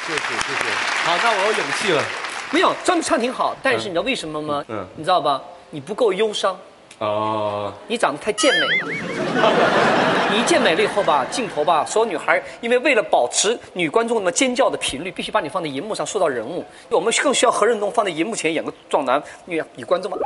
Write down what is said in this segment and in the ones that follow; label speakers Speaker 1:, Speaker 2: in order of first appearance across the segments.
Speaker 1: 谢谢。好，那我有勇气了。
Speaker 2: 没有，唱挺好，但是你知道为什么吗？你知道吧？你不够忧伤。哦。你长得太健美了。你一健美了以后吧，镜头吧，所有女孩因为为了保持女观众的尖叫的频率，必须把你放在荧幕上塑造人物。我们更需要何润东放在荧幕前演个壮男女观众嘛。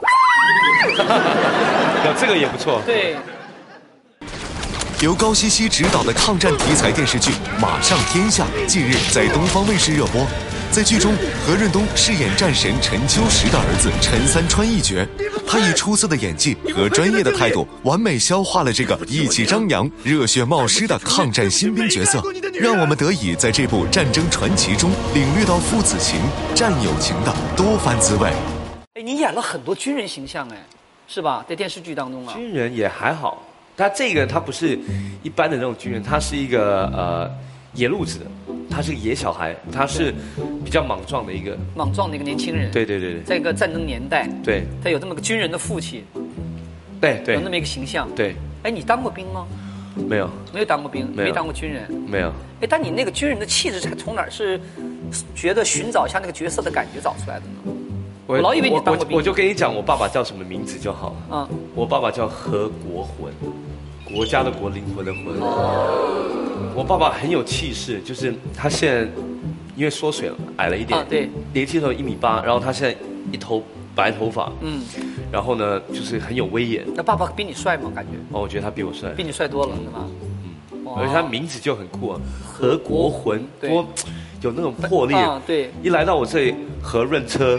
Speaker 1: 有这个也不错。
Speaker 2: 对。
Speaker 3: 由高希希执导的抗战题材电视剧《马上天下》近日在东方卫视热播。在剧中，何润东饰演战神陈秋实的儿子陈三川一角，他以出色的演技和专业的态度，完美消化了这个意气张扬、热血冒失的抗战新兵角色，让我们得以在这部战争传奇中领略到父子情、战友情的多番滋味。
Speaker 2: 哎，你演了很多军人形象，哎，是吧？在电视剧当中啊，
Speaker 1: 军人也还好，他不是一般的那种军人，他是一个野路子的。他是个野小孩，他是比较莽撞的一个
Speaker 2: 年轻人。
Speaker 1: 对，
Speaker 2: 在一个战争年代，
Speaker 1: 对，
Speaker 2: 他有这么个军人的父亲，
Speaker 1: 对，
Speaker 2: 有那么一个形象。
Speaker 1: 对，
Speaker 2: 哎，你当过兵吗？
Speaker 1: 没有，
Speaker 2: 没有当过兵，没当过军人，
Speaker 1: 没有。
Speaker 2: 哎，但你那个军人的气质从哪儿是觉得寻找一下那个角色的感觉找出来的呢？我老以为你当过兵。
Speaker 1: 我就跟你讲，我爸爸叫什么名字就好了。啊，我爸爸叫何国魂，国家的国，灵魂的魂。我爸爸很有气势，就是他现在因为缩水了，矮了一点，
Speaker 2: 对，
Speaker 1: 年轻的时候1.8米，然后他现在一头白头发，然后呢就是很有威严。
Speaker 2: 那爸爸比你帅吗？感觉？
Speaker 1: 哦，我觉得他比我帅，
Speaker 2: 比你帅多了，是吧？
Speaker 1: 而且他名字就很酷啊，何国魂，多有那种魄力。
Speaker 2: 对，
Speaker 1: 一来到我这里，何润车，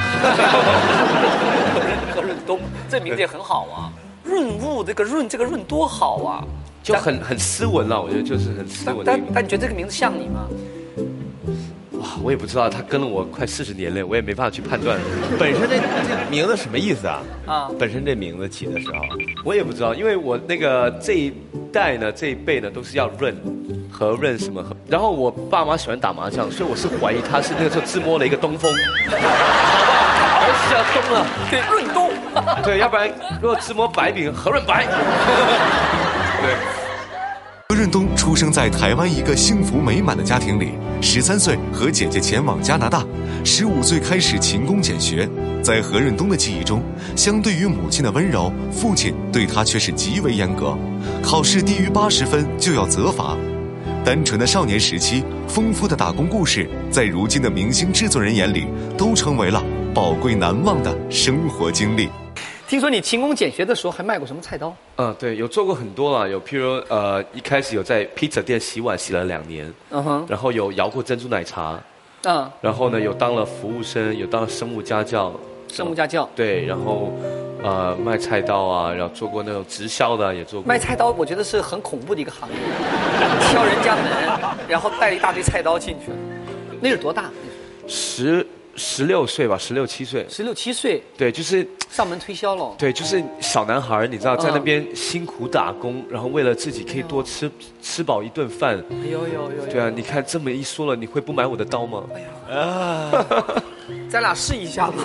Speaker 2: 何润东，这名字也很好啊。润物这个润多好啊。
Speaker 1: 就很斯文了，我觉得就是很斯文。
Speaker 2: 但你觉得这个名字像你吗？
Speaker 1: 哇，我也不知道，他跟了我快40年了，我也没办法去判断。
Speaker 4: 本身这名字什么意思啊？本身这名字起的时候，
Speaker 1: 我也不知道，因为我那个这一代呢，这一辈呢都是要润，何润什么何。然后我爸妈喜欢打麻将，所以我是怀疑他是那个时候自摸了一个东风。儿子叫东了，
Speaker 2: 对，润东。
Speaker 1: 对，要不然如果自摸白饼，何润白。对。
Speaker 3: 何润东出生在台湾一个幸福美满的家庭里，13岁和姐姐前往加拿大，15岁开始勤工俭学。在何润东的记忆中，相对于母亲的温柔，父亲对他却是极为严格，考试低于80分就要责罚。单纯的少年时期，丰富的打工故事，在如今的明星制作人眼里，都成为了宝贵难忘的生活经历。
Speaker 2: 听说你勤工俭学的时候还卖过什么菜刀？
Speaker 1: 对，有做过很多啦，有譬如一开始有在披萨店洗碗洗了2年，然后有摇过珍珠奶茶，然后呢有当了服务生，有当了生物家教，对，然后卖菜刀啊，然后做过那种直销的也做过。
Speaker 2: 卖菜刀我觉得是很恐怖的一个行业，敲人家门，然后带一大堆菜刀进去。那是多大？16岁吧，16、17岁。16、17岁。对，就是上门推销了。对，就是小男孩，你知道，在那边辛苦打工，然后为了自己可以多吃饱一顿饭。有。对啊，你看这么一说了，你会不买我的刀吗？哎呀， 咱俩试一下吧。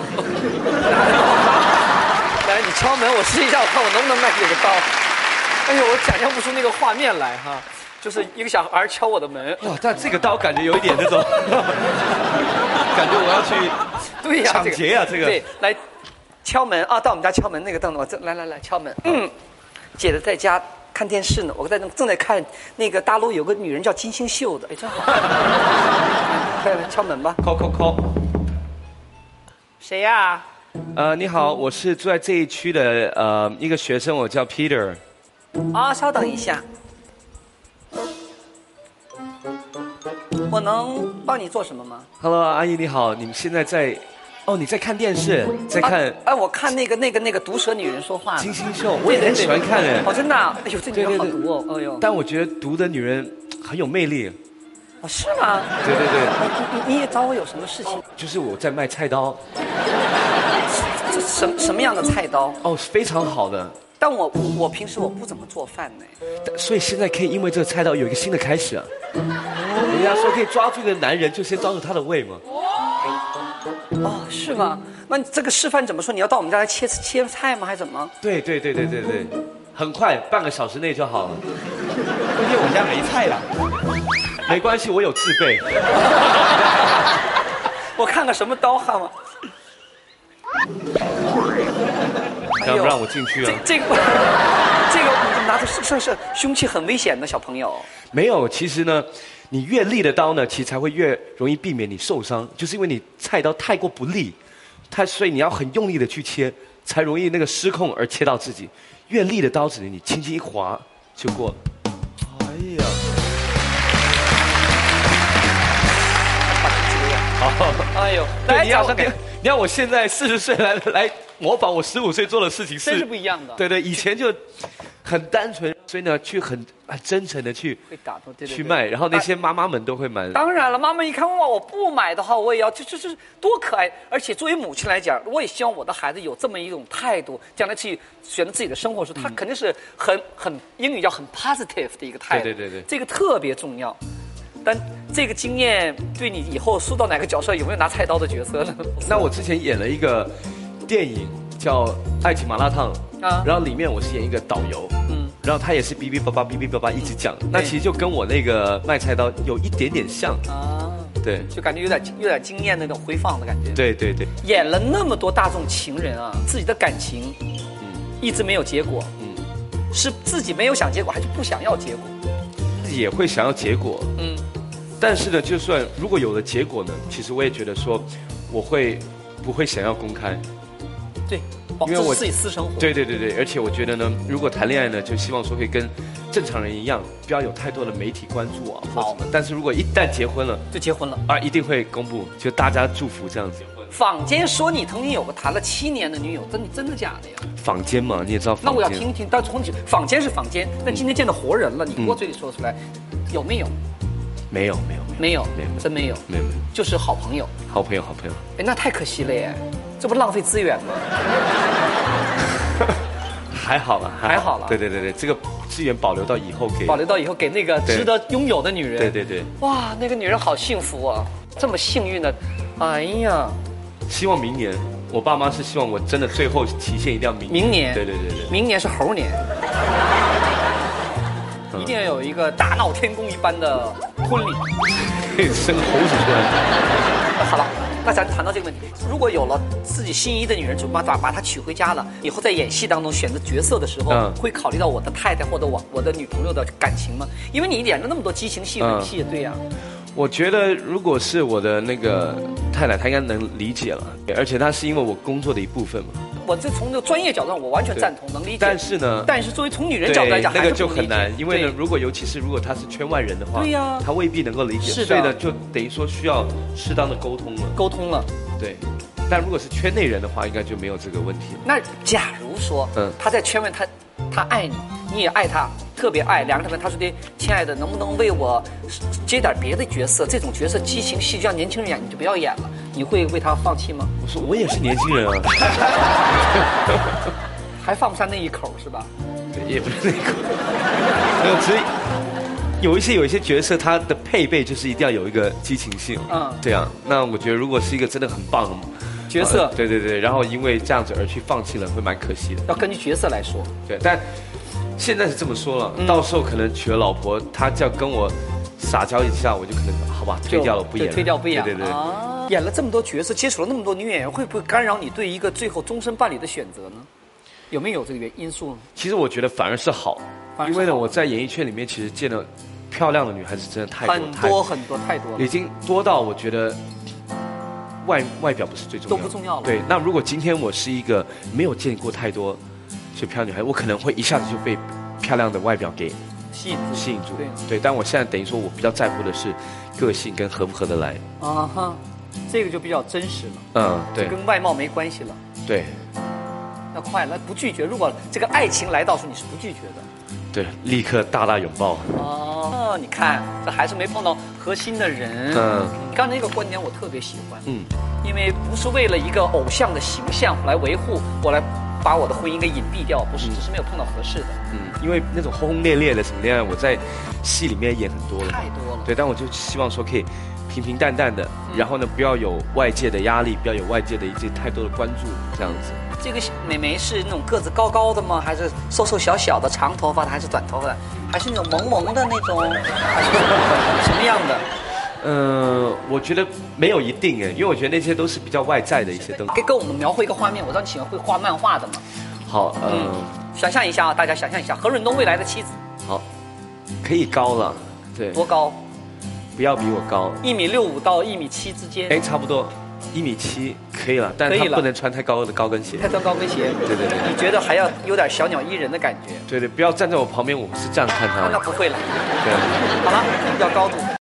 Speaker 2: 来，你敲门，我试一下，我看我能不能卖你个刀。哎呦，我想象不出那个画面来哈。就是一个小孩敲我的门，
Speaker 1: 哇！但这个刀感觉有一点那种，感觉我要去
Speaker 2: 对呀
Speaker 1: 抢劫呀，这个
Speaker 2: 对，来敲门啊，到我们家敲门那个凳子，我来敲门，姐姐在家看电视呢，我正在看那个大陆有个女人叫金星秀的，哎，真好，快来敲门吧，
Speaker 1: 敲，
Speaker 2: 谁呀？
Speaker 1: 你好，我是住在这一区的一个学生，我叫 Peter。
Speaker 2: 稍等一下。我能帮你做什么吗
Speaker 1: ？Hello， 阿姨你好，你们现在在？你在看电视，在看？
Speaker 2: 我看那个毒舌女人说话。
Speaker 1: 金星秀，我也很喜欢看人。
Speaker 2: 真的？哎呦，这女人好毒哦！哎呦。
Speaker 1: 但我觉得毒的女人很有魅力。
Speaker 2: 是吗？
Speaker 1: 对。
Speaker 2: 你也找我有什么事情？
Speaker 1: 就是我在卖菜刀。
Speaker 2: 什么样的菜刀？
Speaker 1: 非常好的。
Speaker 2: 但我平时我不怎么做饭呢，
Speaker 1: 所以现在可以因为这个菜刀有一个新的开始啊！人家说可以抓住一个男人，就先抓住他的胃嘛。
Speaker 2: 是吗？那你这个示范怎么说？你要到我们家来切菜吗？还是怎么？
Speaker 1: 对，很快，半个小时内就好了。
Speaker 4: 关键我们家没菜了。
Speaker 1: 没关系，我有自备。
Speaker 2: 我看看什么刀汉吗？
Speaker 1: 想不让我进去啊？
Speaker 2: 这个你拿着是凶器很危险的小朋友。
Speaker 1: 没有，其实呢，你越利的刀呢，其实才会越容易避免你受伤，就是因为你菜刀太过不利，所以你要很用力的去切，才容易那个失控而切到自己。越利的刀子你轻轻一划就过了。哎呀！
Speaker 2: 好，哎呦，
Speaker 1: 你要我现在40岁来模仿我15岁做的事情，
Speaker 2: 真是不一样的。
Speaker 1: 对，以前就很单纯，所以呢，去很真诚的去
Speaker 2: 会打动，对
Speaker 1: 去卖，然后那些妈妈们都会买。
Speaker 2: 当然了，妈妈一看哇，我不买的话，我也要，这多可爱！而且作为母亲来讲，我也希望我的孩子有这么一种态度，将来去选择自己的生活时，他肯定是很英语叫很 positive 的一个态度。
Speaker 1: 对，这
Speaker 2: 个特别重要。但这个经验对你以后塑造哪个角色有没有拿菜刀的角色呢？
Speaker 1: 那我之前演了一个电影叫《爱情麻辣烫》啊，然后里面我是演一个导游，然后他也是哔哔叭叭一直讲，那其实就跟我那个卖菜刀有一点点像啊，对，
Speaker 2: 就感觉有点经验那种回放的感觉。
Speaker 1: 对，
Speaker 2: 演了那么多大众情人啊，自己的感情，一直没有结果，是自己没有想结果，还是不想要结果？
Speaker 1: 自己也会想要结果，但是呢，就算如果有了结果呢，其实我也觉得说，我不会想要公开，
Speaker 2: 对，因为我自己私生活。
Speaker 1: 对，而且我觉得呢，如果谈恋爱呢，就希望说可以跟正常人一样，不要有太多的媒体关注啊，或什么。但是如果一旦结婚了，
Speaker 2: 就结婚了
Speaker 1: 啊，一定会公布，就大家祝福这样子。
Speaker 2: 坊间说你曾经有个谈了7年的女友，真的假的呀？
Speaker 1: 坊间嘛，你也知道。
Speaker 2: 那我要听听，但从坊间是坊间，但今天见到活人了，你给我嘴里说出来，有没有？
Speaker 1: 没有，
Speaker 2: 真没有，就是好朋友。
Speaker 1: 好朋友。
Speaker 2: 哎，那太可惜了耶，这不浪费资源吗？
Speaker 1: 还好了。对，这个资源保留到以后给那个
Speaker 2: 值得拥有的女人。
Speaker 1: 对。
Speaker 2: 哇，那个女人好幸福啊，这么幸运的，哎呀！
Speaker 1: 希望明年，我爸妈是希望我真的最后期限一定要明年。对。
Speaker 2: 明年是猴年。一定要有一个大闹天宫一般的婚礼，
Speaker 1: 生猴子出来。
Speaker 2: 好了，那咱谈到这个问题，如果有了自己心仪的女人，就把她娶回家了，以后在演戏当中选择角色的时候，会考虑到我的太太或者我的女朋友的感情吗？因为你演了那么多激情戏、吻戏，对呀。
Speaker 1: 我觉得如果是我的那个太太，她应该能理解了，而且她是因为我工作的一部分嘛。我
Speaker 2: 这从这个专业角度上，我完全赞同，能理解。
Speaker 1: 但是
Speaker 2: 作为从女人角度来讲，
Speaker 1: 那个就很难，因为呢，尤其是如果她是圈外人的话，
Speaker 2: 对呀，
Speaker 1: 她未必能够理解，所以呢，就等于说需要适当的沟通了。对，但如果是圈内人的话，应该就没有这个问题了。
Speaker 2: 那假如说，他在圈外，他爱你，你也爱他，特别爱，两个人他说的，亲爱的，能不能为我接点别的角色？这种角色激情戏就让年轻人演，你就不要演了。你会为他放弃吗？
Speaker 1: 我说我也是年轻人啊，
Speaker 2: 还放不下那一口是吧？
Speaker 1: 也不是那一口，没有，只是有一些角色，他的配备就是一定要有一个激情性，这样。那我觉得如果是一个真的很棒的
Speaker 2: 角色，
Speaker 1: 对，然后因为这样子而去放弃了，会蛮可惜的。
Speaker 2: 要根据角色来说，
Speaker 1: 对，但现在是这么说了，到时候可能娶了老婆，他就要跟我撒娇一下，我就可能好吧，推掉了，不演了，
Speaker 2: 推掉不演了。
Speaker 1: 对。
Speaker 2: 演了这么多角色，接触了那么多女演员，会不会干扰你对一个最后终身伴侣的选择呢？有没有这个因素呢？
Speaker 1: 其实我觉得反而是好，因为呢，我在演艺圈里面其实见了漂亮的女孩子真的太多了，已经多到我觉得外表不是最重要的，
Speaker 2: 都不重要了。
Speaker 1: 对，那如果今天我是一个没有见过太多就漂亮女孩，我可能会一下子就被漂亮的外表给吸引住。对，但我现在等于说我比较在乎的是个性跟合不合得来。
Speaker 2: 啊哈，这个就比较真实了。对，跟外貌没关系了。
Speaker 1: 对。
Speaker 2: 那快了，不拒绝。如果这个爱情来到时，你是不拒绝的。
Speaker 1: 对，立刻大拥抱。
Speaker 2: 你看，这还是没碰到核心的人。你刚才那个观点我特别喜欢。因为不是为了一个偶像的形象来维护，我来把我的婚姻给隐蔽掉，不是，只是没有碰到合适的。
Speaker 1: 因为那种轰轰烈烈的什么恋爱，我在戏里面演很多了，
Speaker 2: 太多了。
Speaker 1: 对，但我就希望说可以平平淡淡的，然后呢，不要有外界的压力，不要有外界的一些太多的关注，这样子。
Speaker 2: 这个美眉是那种个子高高的吗？还是瘦瘦小小的长头发的？还是短头发的？还是那种萌萌的那种？还是什么样的？
Speaker 1: 我觉得没有一定哎，因为我觉得那些都是比较外在的一些东西。
Speaker 2: 可以跟我们描绘一个画面，我知道你喜欢会画漫画的嘛。
Speaker 1: 好，
Speaker 2: 想象一下啊，大家想象一下何润东未来的妻子。
Speaker 1: 好，可以高了，对。
Speaker 2: 多高？
Speaker 1: 不要比我高。
Speaker 2: 1.65米到1.7米之间。
Speaker 1: 哎，差不多，1.7米可以了，但是他不能穿太高的高跟鞋。
Speaker 2: 太穿高跟鞋。
Speaker 1: 对。
Speaker 2: 你觉得还要有点小鸟依人的感觉？
Speaker 1: 对，不要站在我旁边，我是这样看他。
Speaker 2: 那不会了。
Speaker 1: 对。
Speaker 2: 好了，要高度。